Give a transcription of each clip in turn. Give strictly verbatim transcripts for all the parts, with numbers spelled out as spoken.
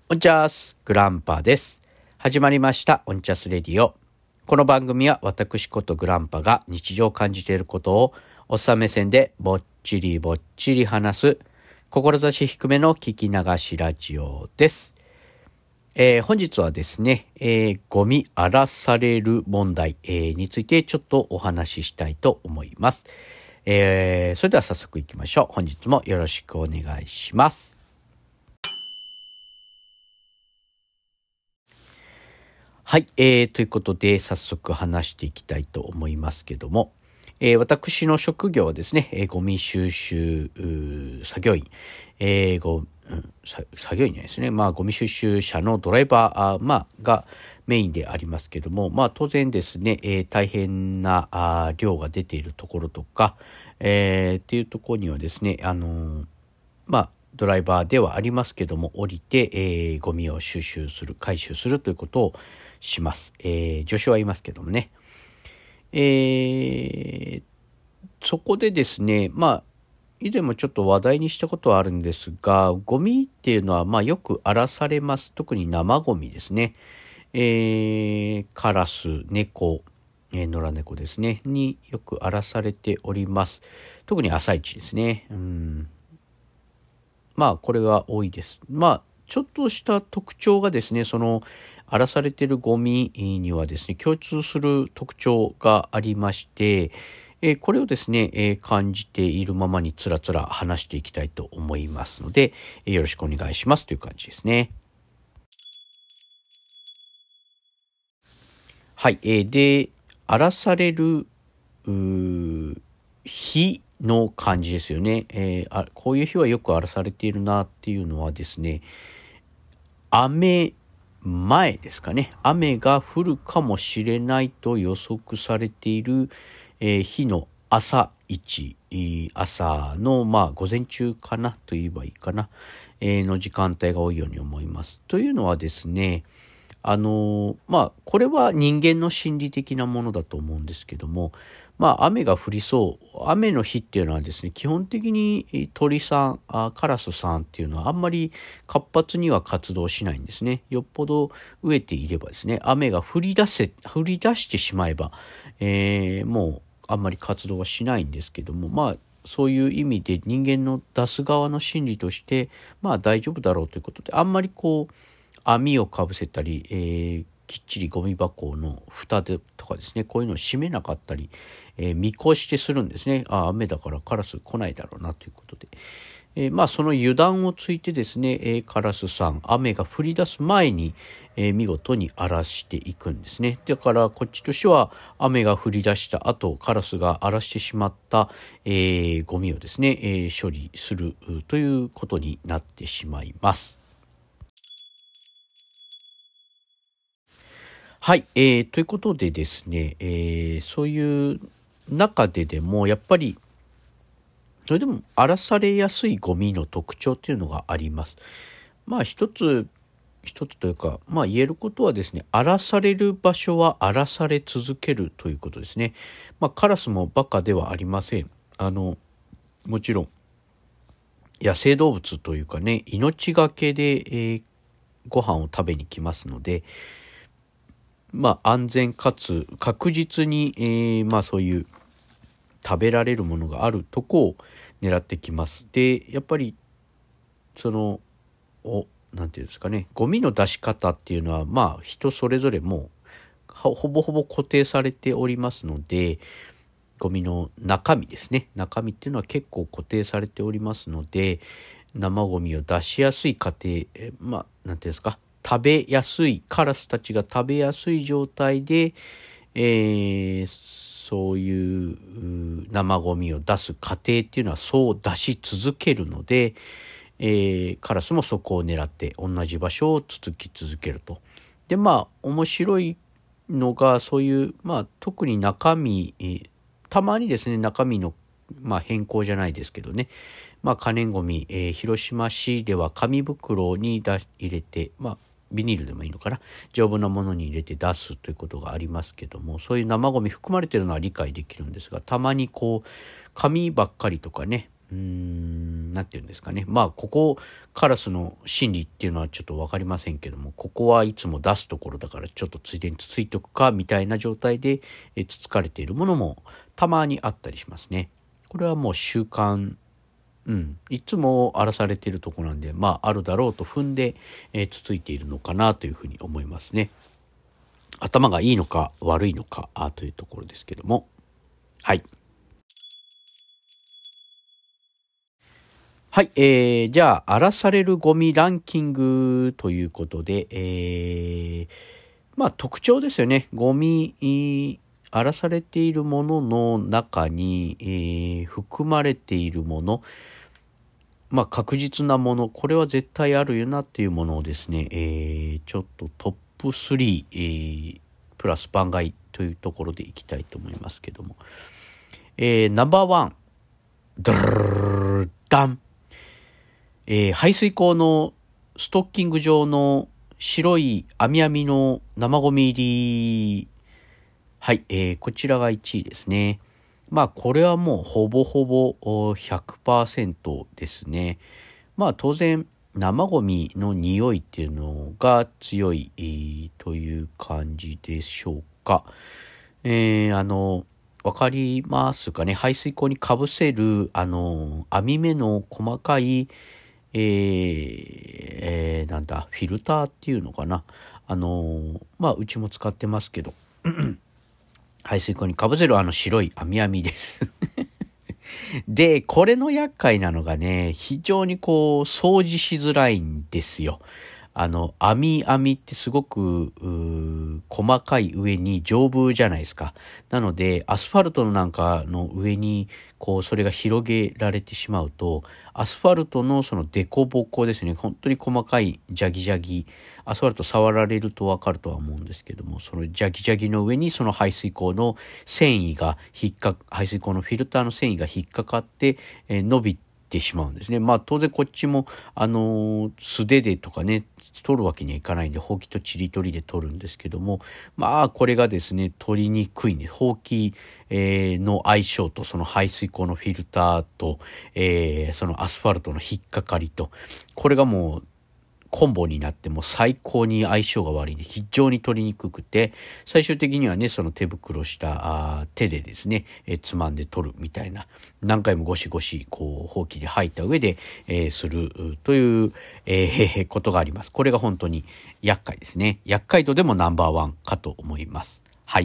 オンチャースグランパです。始まりましたオンチャスレディオ。この番組は私ことグランパが日常を感じていることをおっさん目線でぼっちりぼっちり話す志低めの聞き流しラジオです。えー、本日はですね、えー、ゴミ荒らされる問題、えー、についてちょっとお話ししたいと思います。えー、それでは早速いきましょう。本日もよろしくお願いします。はい、えー、ということで早速話していきたいと思いますけども、えー、私の職業はですね、えー、ゴミ収集作業員、えーごうん、作業員じゃないですね、まあ、ゴミ収集車のドライバーあ、まあ、がメインでありますけども、まあ、当然ですね、えー、大変なあ量が出ているところとか、えー、っていうところにはですね、あのー、まあドライバーではありますけども降りて、えー、ゴミを収集する回収するということをします。えー、助手はいますけどもね、えー、そこでですね、まあ以前もちょっと話題にしたことはあるんですが、ゴミっていうのはまあよく荒らされます。特に生ゴミですね。えー、カラス、猫、えー、野良猫ですねによく荒らされております。特に朝一ですね。うんまあこれが多いです。まあちょっとした特徴がですね、その荒らされているゴミにはですね、共通する特徴がありまして、えー、これをですね、えー、感じているままにつらつら話していきたいと思いますので、えー、よろしくお願いしますという感じですね。はい、えー、で、荒らされる日の感じですよね、えー、あこういう日はよく荒らされているなっていうのはですね、雨前ですかね。雨が降るかもしれないと予測されている、えー、日の朝一、朝のまあ午前中かなと言えばいいかな、えー、の時間帯が多いように思います。というのはですね、あのまあこれは人間の心理的なものだと思うんですけども、まあ雨が降りそう、雨の日っていうのはですね、基本的に鳥さんあカラスさんっていうのはあんまり活発には活動しないんですね。よっぽど飢えていればですね、雨が降り出せ降り出してしまえば、えー、もうあんまり活動はしないんですけども、まあそういう意味で人間の出す側の心理としてまあ大丈夫だろうということで、あんまりこう網をかぶせたり、えー、きっちりゴミ箱の蓋でとかですね、こういうのを閉めなかったり、えー、見越してするんですね。あ、雨だからカラス来ないだろうなということで、えー、まあその油断をついてですね、えー、カラスさん雨が降り出す前に、えー、見事に荒らしていくんですね。だからこっちとしては雨が降り出した後、カラスが荒らしてしまった、えー、ゴミをですね、えー、処理するということになってしまいます。はい、えー、ということでですね、えー、そういう中ででもやっぱりそれでも荒らされやすいゴミの特徴っていうのがあります。まあ一つ一つというか、まあ言えることはですね、荒らされる場所は荒らされ続けるということですね。まあカラスもバカではありません。あのもちろん野生動物というかね、命がけで、えー、ご飯を食べに来ますので、まあ安全かつ確実に、えー、まあそういう食べられるものがあるとこを狙ってきます。でやっぱりそのおなんていうんですかね、ゴミの出し方っていうのはまあ人それぞれもうほぼほぼ固定されておりますので、ゴミの中身ですね、中身っていうのは結構固定されておりますので、生ゴミを出しやすい過程、えまあなんていうんですか、食べやすい、カラスたちが食べやすい状態で、えー、そういう生ゴミを出す過程っていうのはそう出し続けるので、えー、カラスもそこを狙って同じ場所を続き続けると。でまあ面白いのがそういう、まあ、特に中身、えー、たまにですね中身の、まあ、変更じゃないですけどね、まあ、可燃ごみ、えー、広島市では紙袋に出入れて、まあ、ビニールでもいいのかな、丈夫なものに入れて出すということがありますけども、そういう生ごみ含まれているのは理解できるんですが、たまにこう紙ばっかりとかね、 うーん、なんていうんですかね。まあ、ここ、カラスの心理っていうのはちょっとわかりませんけども、ここはいつも出すところだから、ちょっとついでにつついとくか、みたいな状態で、えつつかれているものもたまにあったりしますね。これはもう習慣、うん、いつも荒らされているところなんで、まあ、あるだろうと踏んで、えーつついているのかなというふうに思いますね。頭がいいのか悪いのかあというところですけども。はい。はい、えー、じゃあ、荒らされるゴミランキングということで、えー、まあ特徴ですよね。ゴミ、荒らされているものの中に、えー含まれているもの、まあ確実なもの、これは絶対あるよなっていうものをですね、えーちょっとトップスリー、えープラス番外というところでいきたいと思いますけども、えーナンバーワン、ドルルルダン、えー排水口のストッキング状の白い網網の生ゴミ入り。はい、えーこちらがいちいですね。まあこれはもうほぼほぼお ひゃくパーセント ですね。まあ当然生ゴミの匂いっていうのが強い、えーという感じでしょうか。えーあのわかりますかね。排水口にかぶせるあの網目の細かい、えーえーなんだフィルターっていうのかな。あのまあうちも使ってますけど、排水口にかぶせるあの白い網網ですで、これの厄介なのがね、非常にこう、掃除しづらいんですよ。あの、網網ってすごく、細かい上に丈夫じゃないですか。なので、アスファルトのなんかの上に、こう、それが広げられてしまうと、アスファルトのそのデコボコですね、本当に細かいジャギジャギ、アスファルト触られるとわかるとは思うんですけども、そのジャギジャギの上にその排水口の繊維が引っか、排水口のフィルターの繊維が引っかかって、えー伸びてしまうんですね。まあ当然こっちも、あのー素手でとかね、取るわけにはいかないんで、ほうきとちり取りで取るんですけども、まあこれがですね、取りにくいね。ほうき、えーの相性と、その排水口のフィルターと、えーそのアスファルトの引っかかりと、これがもう、コンボになっても最高に相性が悪いんで非常に取りにくくて、最終的にはねその手袋したあ手でですね、えー、つまんで取るみたいな、何回もゴシゴシこうほうきで吐いた上で、えー、するという、えー、ことがあります。これが本当に厄介ですね。厄介度でもナンバーワンかと思います。はい。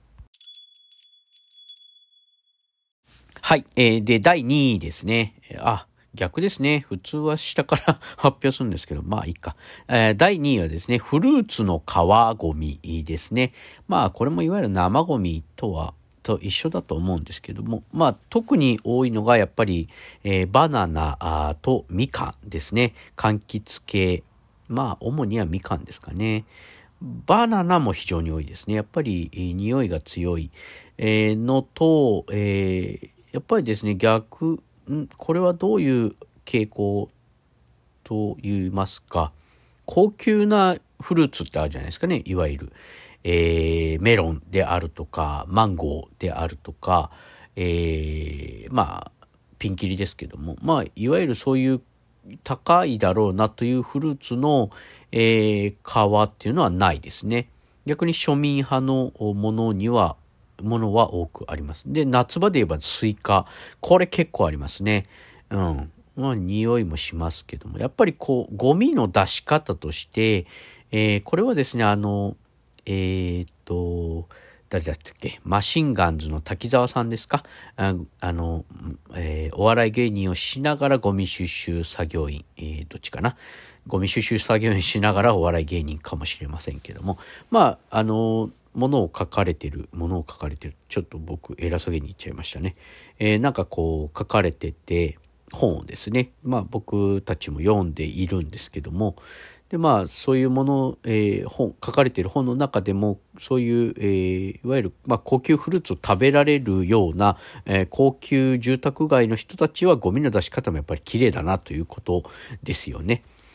はい、えー、でだいにいですね。あ逆ですね。普通は下から発表するんですけど、まあいいか。えー、だいにいはですね、フルーツの皮ゴミですね。まあこれもいわゆる生ゴミとは、と一緒だと思うんですけども、まあ特に多いのがやっぱり、えーバナナとみかんですね。柑橘系。まあ主にはみかんですかね。バナナも非常に多いですね。やっぱり、えー匂いが強い、えーのと、えーやっぱりですね、逆、んこれはどういう傾向と言いますか、高級なフルーツってあるじゃないですかね、いわゆる。えーメロンであるとか、マンゴーであるとか、えーまあ、ピンキリですけども、まあ、いわゆるそういう高いだろうなというフルーツの、えー皮っていうのはないですね。逆に庶民派のものには、ものは多くあります。で、夏場で言えばスイカ。これ結構ありますね。うん。まあ、匂いもしますけども。やっぱりこう、ゴミの出し方として、えーこれはですね、あの、えーっと、誰だったっけ、マシンガンズの滝沢さんですか。あ、あの、えーお笑い芸人をしながらゴミ収集作業員、えーどっちかな。ゴミ収集作業員しながらお笑い芸人かもしれませんけども、まあ、あの、ものを書かれてる、ものを書かれてる、ちょっと僕偉そうげに言っちゃいましたね。えーなんかこう書かれてて、本をですね、まあ僕たちも読んでいるんですけども、でまあそういうもの、えー本書かれている本の中でもそういう、えーいわゆる、まあ、高級フルーツを食べられるような、えー高級住宅街の人たちはゴミの出し方もやっぱり綺麗だなということですよね。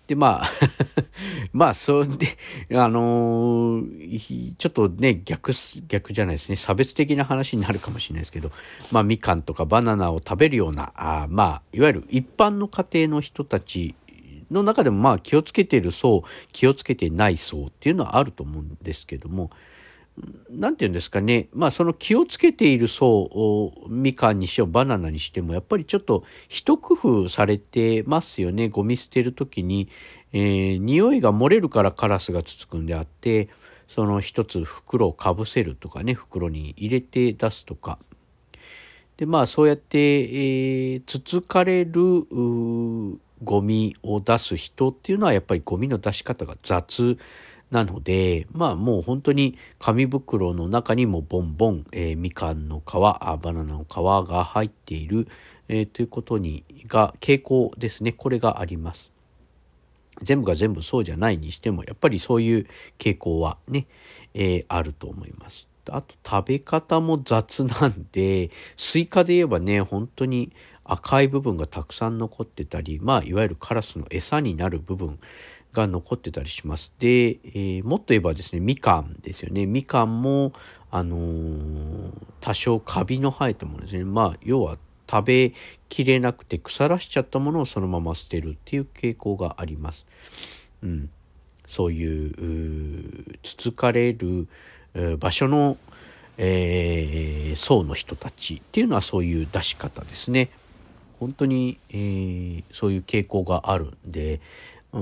で、まあ、まあ、そうで、あのーちょっとね、逆す、逆じゃないですね、差別的な話になるかもしれないですけど、まあ、みかんとかバナナを食べるような、あまあ、いわゆる一般の家庭の人たちの中でも、まあ、気をつけている層、気をつけてない層っていうのはあると思うんですけども、なんていうんですかね、まあその気をつけている層をみかんにしろバナナにしてもやっぱりちょっと一工夫されてますよね。ゴミ捨てる時に、えー、匂いが漏れるからカラスがつつくんであって、その一つ袋をかぶせるとかね、袋に入れて出すとか。でまあそうやって、えー、つつかれるゴミを出す人っていうのはやっぱりゴミの出し方が雑なので、まあもう本当に紙袋の中にもボンボン、えー、みかんの皮、バナナの皮が入っている、えー、ということにが傾向ですね。これがあります。全部が全部そうじゃないにしてもやっぱりそういう傾向はね、えー、あると思います。あと食べ方も雑なんで、スイカで言えばね、本当に赤い部分がたくさん残ってたり、まあいわゆるカラスの餌になる部分が残ってたりします。で、えー、もっと言えばですね、みかんですよね。みかんも、あのー、多少カビの生えたものですね。まあ、要は食べきれなくて腐らしちゃったものをそのまま捨てるっていう傾向があります。うん。そういう、うつつかれる場所の、えー、層の人たちっていうのはそういう出し方ですね。本当に、えー、そういう傾向があるんで、うん、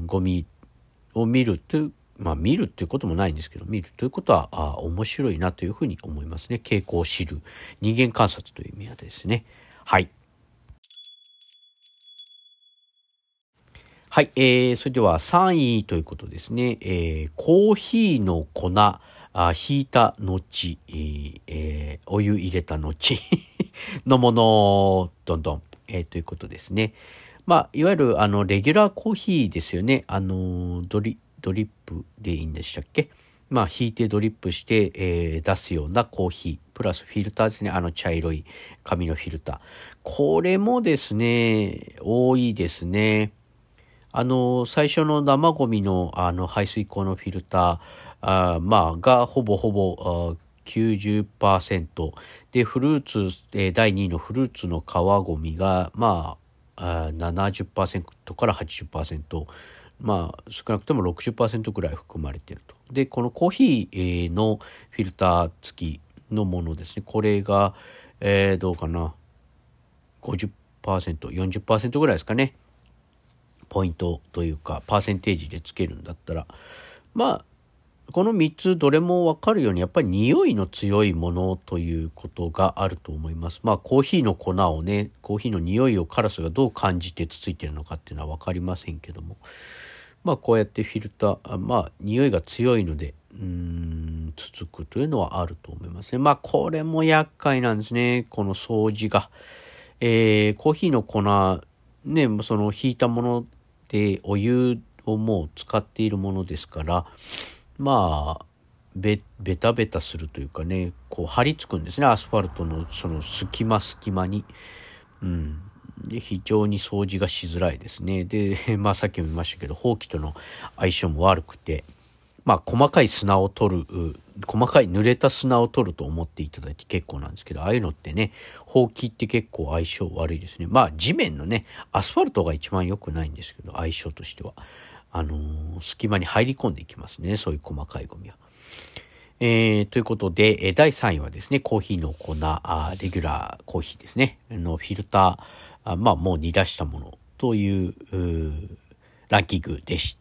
ゴミを見るという、まあ見るっていうこともないんですけど、見るということはあ面白いなというふうに思いますね。傾向を知る人間観察という意味はですね。はい。はい、えー、それではさんいということですね。えー、コーヒーの粉、あひいた後、えーえー、お湯入れた後のもの、どんどん、えー、ということですね。まあ、いわゆるあのレギュラーコーヒーですよね。あのドリドリップでいいんでしたっけ。まあ、引いてドリップして、えー、出すようなコーヒープラスフィルターですね。あの茶色い紙のフィルター。これもですね、多いですね。あの最初の生ゴミのあの排水口のフィルター、あまあがほぼほぼきゅうじゅっパーセントで、フルーツ、えー、だいにいのフルーツの皮ゴミがまあななじゅっパーセントから はちじゅっパーセント、まあ少なくとも ろくじゅっパーセント ぐらい含まれていると。でこのコーヒーのフィルター付きのものですね。これが、えー、どうかな ごじゅっパーセント、よんじゅっパーセント ぐらいですかね。ポイントというかパーセンテージでつけるんだったら、まあこのみっつどれも分かるようにやっぱり匂いの強いものということがあると思います。まあコーヒーの粉をね、コーヒーの匂いをカラスがどう感じてつついてるのかっていうのは分かりませんけども、まあこうやってフィルター、まあ匂いが強いのでうーんつつくというのはあると思いますね。まあこれも厄介なんですね、この掃除が。えー、コーヒーの粉ね、そのひいたものでお湯をもう使っているものですから、まあベベタベタするというかね、こう張り付くんですね、アスファルトのその隙間隙間に。うん、で非常に掃除がしづらいですね。でまあさっきも言いましたけど、ほうきとの相性も悪くて、まあ細かい砂を取る、細かい濡れた砂を取ると思っていただいて結構なんですけど、ああいうのってね、ほうきって結構相性悪いですね。まあ地面のね、アスファルトが一番良くないんですけど、相性としてはあのー、隙間に入り込んでいきますね、そういう細かいゴミは。えー、ということで、だいさんいはですね、コーヒーの粉、あレギュラーコーヒーですねのフィルター、あまあもう煮出したものという、うランキングでした。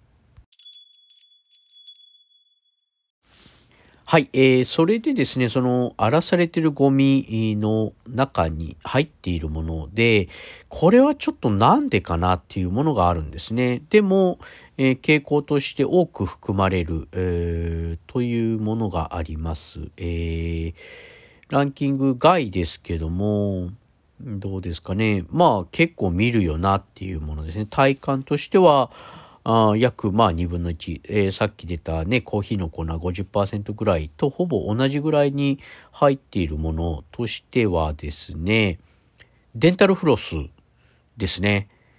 はい、えー、それでですね、その荒らされているゴミの中に入っているもので、これはちょっとなんでかなっていうものがあるんですね。でも、えー、傾向として多く含まれる、えー、というものがあります。えー、ランキング外ですけども、どうですかね。まあ結構見るよなっていうものですね。体感としては、あ約まあにぶんのいち、えー、さっき出たねコーヒーの粉 ごじゅっパーセント ぐらいとほぼ同じぐらいに入っているものとしてはですね、デンタルフロスですね。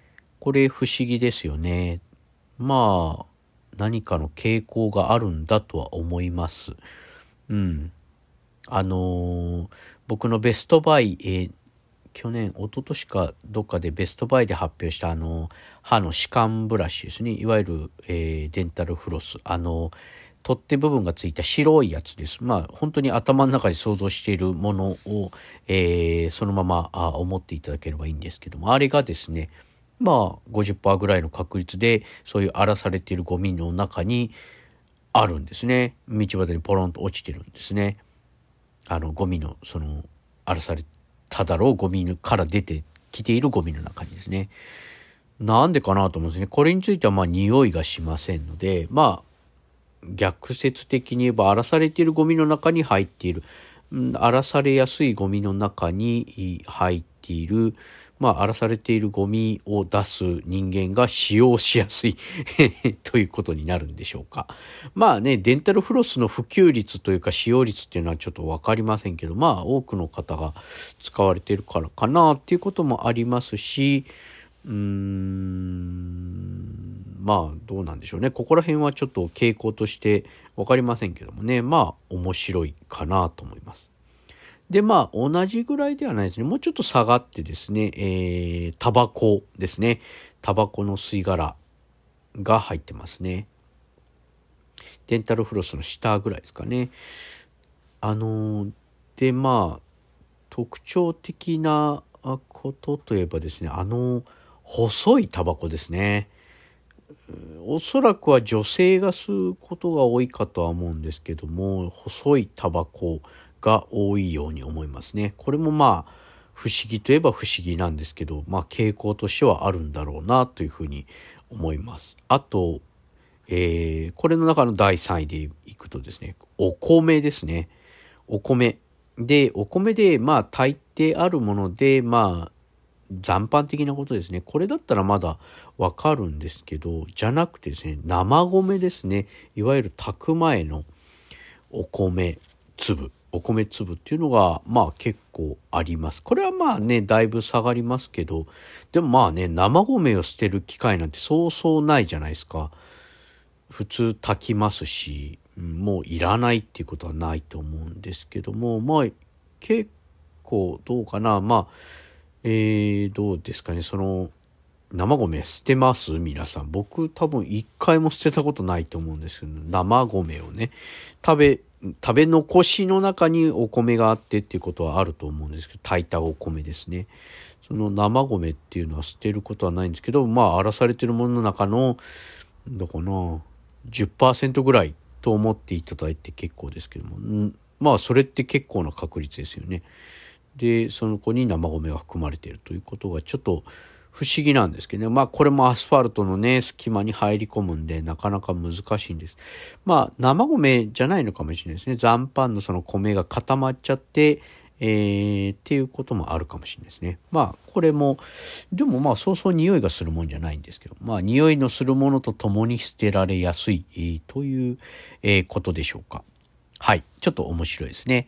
これ不思議ですよね。まあ、何かの傾向があるんだとは思います。うん。あのー僕のベストバイ、えー去年、一昨年かどっかでベストバイで発表したあの歯の歯間ブラシですね。いわゆる、えーデンタルフロス。あの、取っ手部分がついた白いやつです。まあ本当に頭の中で想像しているものを、えーそのままあ思っていただければいいんですけども、あれがですね、まあ ごじゅっパーセント ぐらいの確率でそういう荒らされているゴミの中にあるんですね。道端にポロンと落ちてるんですね。あのゴミのその荒らされただろうゴミから出てきているゴミの中にですね。なんでかなと思うんですね。これについてはまあ匂いがしませんので、まあ逆説的に言えば荒らされているゴミの中に入っている、荒らされやすいゴミの中に入っている、まあ荒らされているゴミを出す人間が使用しやすいということになるんでしょうか。まあね、デンタルフロスの普及率というか使用率っていうのはちょっと分かりませんけど、まあ多くの方が使われているからかなっていうこともありますし、うーんまあどうなんでしょうね。ここら辺はちょっと傾向として分かりませんけどもね、まあ面白いかなと思います。でまあ同じぐらいではないですね。もうちょっと下がってですね、えー、タバコですね。タバコの吸い殻が入ってますね。デンタルフロスの下ぐらいですかね。あのでまあ特徴的なことといえばですね、あの細いタバコですね。おそらくは女性が吸うことが多いかとは思うんですけども、細いタバコが多いように思いますね。これもまあ不思議といえば不思議なんですけど、まあ傾向としてはあるんだろうなというふうに思います。あと、えーこれの中のだいさんいでいくとですね、お米ですね。お米で、お米でまあ炊いてあるもので、まあ残飯的なことですね。これだったらまだわかるんですけど、じゃなくてですね、生米ですね。いわゆる炊く前のお米粒、お米粒っていうのがまあ結構あります。これはまあね、だいぶ下がりますけど、でもまあね、生米を捨てる機会なんてそうそうないじゃないですか。普通炊きますし、もういらないっていうことはないと思うんですけども、まあ結構どうかな、まあえー、どうですかね。その生米捨てます皆さん。僕多分一回も捨てたことないと思うんですけど、生米をね、食べ食べ残しの中にお米があってっていうことはあると思うんですけど、炊いたお米ですね。その生米っていうのは捨てることはないんですけど、まあ荒らされてるものの中のどこな じゅっパーセント ぐらいと思っていただいて結構ですけども、んまあそれって結構な確率ですよね。でその子に生米が含まれているということがちょっと不思議なんですけどね。まあこれもアスファルトのね隙間に入り込むんでなかなか難しいんです。まあ生米じゃないのかもしれないですね。残飯のその米が固まっちゃって、えー、っていうこともあるかもしれないですね。まあこれもでもまあそうそう匂いがするもんじゃないんですけど、まあ匂いのするものとともに捨てられやすい、えー、という、えー、ことでしょうか。はい、ちょっと面白いですね。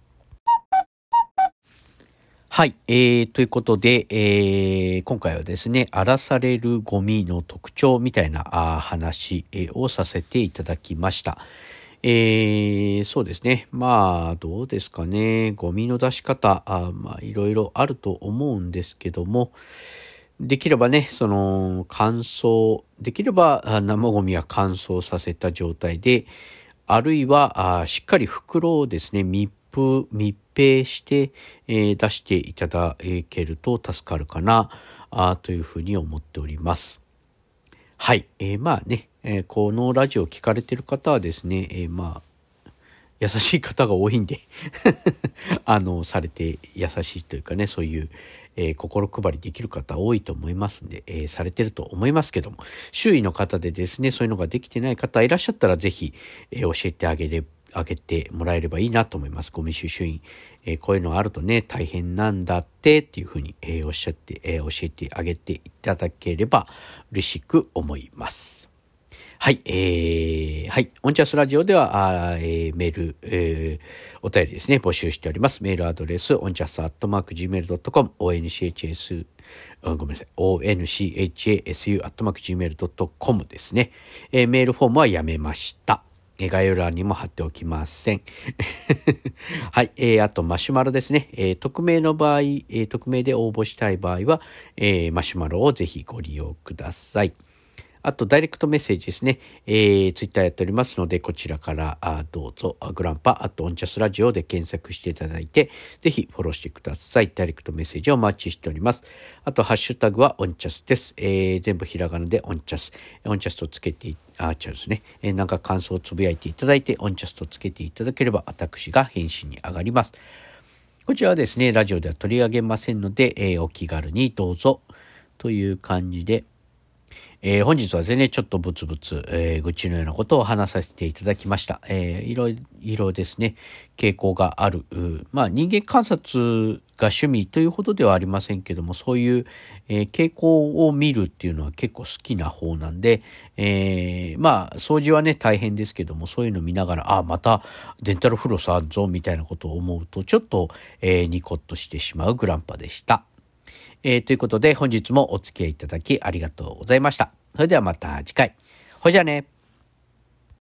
はい、えー、ということで、えー、今回はですね、荒らされるゴミの特徴みたいなあ話、えー、をさせていただきました。えー、そうですね。まあ、どうですかね。ゴミの出し方、あまあ、いろいろあると思うんですけども、できればね、その、乾燥、できればあ生ゴミは乾燥させた状態で、あるいは、あしっかり袋をですね、密封、密閉して、えー出していただけると助かるかな、あというふうに思っております。はい。えーまあね、えーこのラジオを聞かれている方はですね、えーまあ、優しい方が多いんで、あの、されて優しいというかね、そういう、えー心配りできる方多いと思いますんで、えーされてると思いますけども、周囲の方でですね、そういうのができてない方いらっしゃったら、ぜひ、えー教えてあげれあげてもらえればいいなと思います。ゴミ収集員、えーこういうのがあるとね、大変なんだってっていうふうに、えーおっしゃって、えー教えてあげていただければ嬉しく思います。 はい、えー、はい。オンチャスラジオでは、あえー、メール、えー、お便りですね、募集しております。メールアドレス、オンチャスアットマーク ジーメールドットコム、オンチャス、ごめんなさい、オンチャス アットマーク ジーメールドットコム ですね。えー、メールフォームはやめました。概要欄にも貼っておきません。はい。えー、あと、マシュマロですね。えー、匿名の場合、えー、匿名で応募したい場合は、えー、マシュマロをぜひご利用ください。あと、ダイレクトメッセージですね。えー、ツイッターやっておりますので、こちらからあどうぞ、グランパ、あとオンチャスラジオで検索していただいて、ぜひフォローしてください。ダイレクトメッセージをお待ちしております。あと、ハッシュタグはオンチャスです。えー、全部ひらがなでオンチャス。オンチャスとつけて、あ、違うですね。えー、なんか感想をつぶやいていただいて、オンチャスとつけていただければ、私が返信に上がります。こちらはですね、ラジオでは取り上げませんので、えー、お気軽にどうぞという感じで、えー、本日はですね、ちょっとブツブツ、えー、愚痴のようなことを話させていただきました。えー、いろいろですね、傾向がある。まあ、人間観察が趣味というほどではありませんけども、そういう、えー、傾向を見るっていうのは結構好きな方なんで、えー、まあ、掃除はね、大変ですけども、そういうの見ながら、あ、またデンタルフロスあるぞ、みたいなことを思うと、ちょっと、えー、ニコッとしてしまうグランパでした。えー、ということで本日もお付き合いいただきありがとうございました。それではまた次回。ほいじゃあね。